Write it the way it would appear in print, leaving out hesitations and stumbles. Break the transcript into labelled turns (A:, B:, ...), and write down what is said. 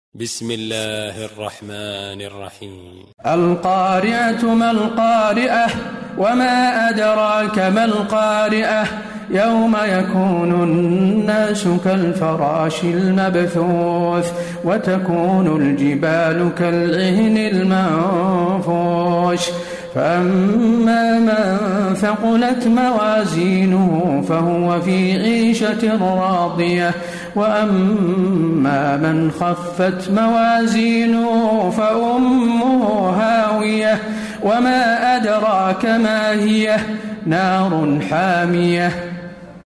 A: بسم الله الرحمن الرحيم.
B: القارعة ما القارئة وما أدراك ما القارئة يوم يكون الناس كالفراش المبثوث وتكون الجبال كالعهن المنفوش فأما من ثقلت موازينه فهو في عيشة راضية وأما من خفت موازينه فأمه هاوية وما أدراك ما هي نار حامية